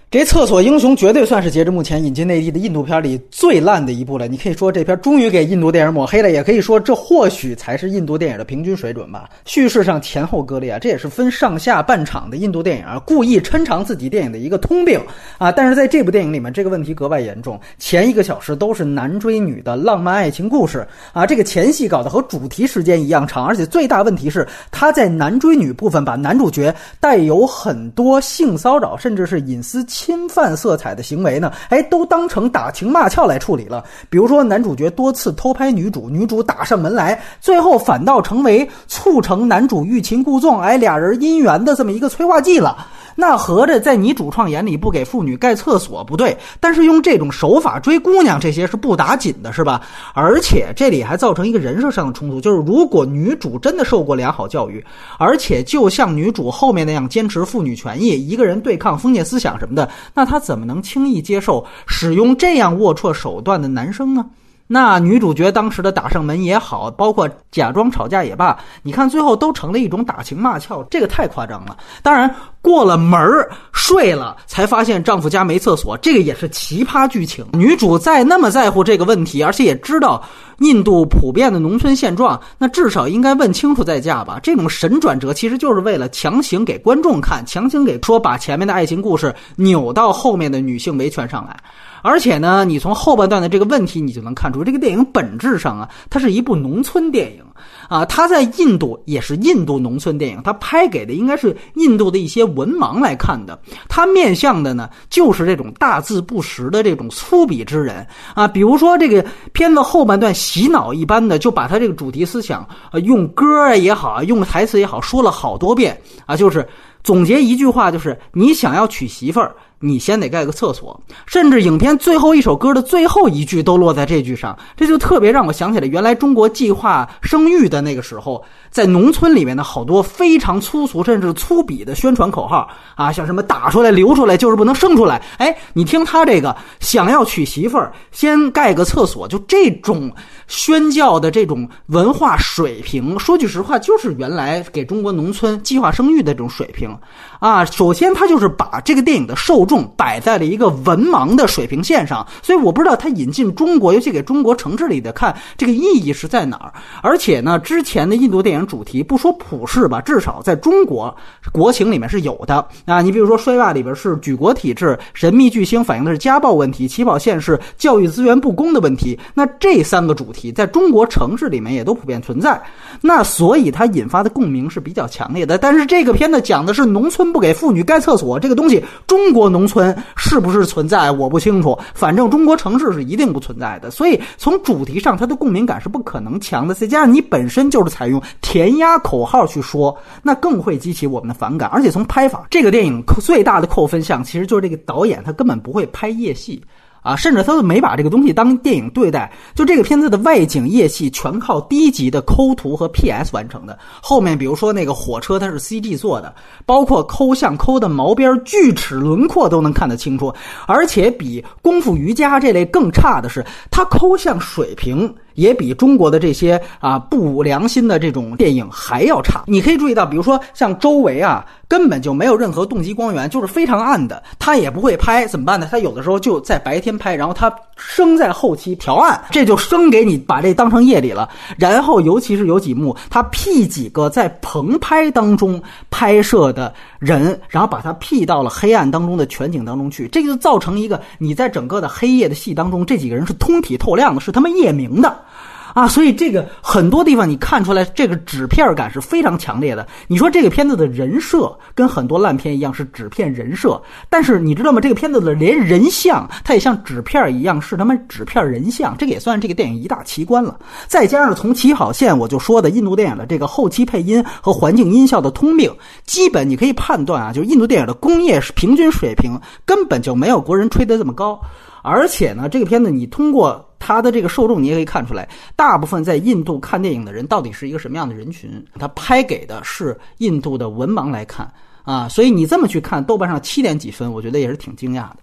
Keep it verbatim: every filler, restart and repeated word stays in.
这厕所英雄绝对算是截至目前引进内地的印度片里最烂的一部了。你可以说这片终于给印度电影抹黑了，也可以说这或许才是印度电影的平均水准吧。叙事上前后割裂啊，这也是分上下半场的印度电影啊故意抻长自己电影的一个通病啊。但是在这部电影里面，这个问题格外严重。前一个小时都是男追女的浪漫爱情故事啊，这个前戏搞得和主题时间一样长，而且最大问题是他在男追女部分把男主角带有很多性骚扰甚至是隐私侵犯色彩的行为呢，哎，都当成打情骂俏来处理了。比如说男主角多次偷拍女主，女主打上门来，最后反倒成为促成男主欲擒故纵，哎，俩人姻缘的这么一个催化剂了。那合着在你主创眼里不给妇女盖厕所不对，但是用这种手法追姑娘这些是不打紧的，是吧？而且这里还造成一个人设上的冲突，就是如果女主真的受过良好教育，而且就像女主后面那样坚持妇女权益，一个人对抗封建思想什么的，那她怎么能轻易接受使用这样龌龊手段的男生呢？那女主角当时的打上门也好，包括假装吵架也罢，你看最后都成了一种打情骂俏，这个太夸张了。当然过了门儿睡了才发现丈夫家没厕所，这个也是奇葩剧情。女主再那么在乎这个问题，而且也知道印度普遍的农村现状，那至少应该问清楚再嫁吧。这种神转折其实就是为了强行给观众看，强行给说把前面的爱情故事扭到后面的女性维权上来。而且呢，你从后半段的这个问题你就能看出，这个电影本质上啊，它是一部农村电影啊，它在印度也是印度农村电影，它拍给的应该是印度的一些文盲来看的，它面向的呢就是这种大字不识的这种粗鄙之人啊。比如说这个片子后半段洗脑一般的就把它这个主题思想啊，用歌也好，用台词也好，说了好多遍啊，就是总结一句话，就是你想要娶媳妇儿，你先得盖个厕所。甚至影片最后一首歌的最后一句都落在这句上，这就特别让我想起来原来中国计划生育的那个时候，在农村里面的好多非常粗俗甚至粗鄙的宣传口号啊，像什么打出来流出来就是不能生出来，哎，你听他这个想要娶媳妇儿先盖个厕所，就这种宣教的这种文化水平，说句实话就是原来给中国农村计划生育的这种水平啊。首先他就是把这个电影的受众摆在了一个文盲的水平线上，所以我不知道他引进中国，尤其给中国城市里的看，这个意义是在哪儿。而且呢，之前的印度电影主题不说普世吧，至少在中国国情里面是有的啊。你比如说衰霸里边是举国体制，神秘巨星反映的是家暴问题，起跑线是教育资源不公的问题，那这三个主题在中国城市里面也都普遍存在，那所以它引发的共鸣是比较强烈的。但是这个片子讲的是农村不给妇女盖厕所，这个东西中国农村是不是存在我不清楚，反正中国城市是一定不存在的，所以从主题上它的共鸣感是不可能强的，再加上你本身就是采用填鸭口号去说，那更会激起我们的反感。而且从拍法，这个电影最大的扣分项其实就是这个导演他根本不会拍夜戏啊，甚至他都没把这个东西当电影对待，就这个片子的外景夜戏全靠低级的抠图和 P S 完成的。后面比如说那个火车它是 C G 做的，包括抠像抠的毛边锯齿轮廓都能看得清楚。而且比功夫瑜伽这类更差的是，它抠像水平也比中国的这些啊不良心的这种电影还要差。你可以注意到，比如说像周围啊根本就没有任何动机光源，就是非常暗的，他也不会拍，怎么办呢？他有的时候就在白天拍，然后他生在后期调暗，这就生给你把这当成夜里了。然后尤其是有几幕他 P 几个在棚拍当中拍摄的人，然后把它 P 到了黑暗当中的全景当中去，这就造成一个你在整个的黑夜的戏当中，这几个人是通体透亮的，是他们夜明的啊，所以这个很多地方你看出来这个纸片感是非常强烈的。你说这个片子的人设跟很多烂片一样是纸片人设，但是你知道吗？这个片子的连人像它也像纸片一样是他们纸片人像，这个也算这个电影一大奇观了。再加上从起跑线我就说的印度电影的这个后期配音和环境音效的通病，基本你可以判断啊，就是印度电影的工业平均水平根本就没有国人吹得这么高。而且呢，这个片子你通过它的这个受众，你也可以看出来，大部分在印度看电影的人到底是一个什么样的人群。他拍给的是印度的文盲来看啊，所以你这么去看，豆瓣上七点几分，我觉得也是挺惊讶的。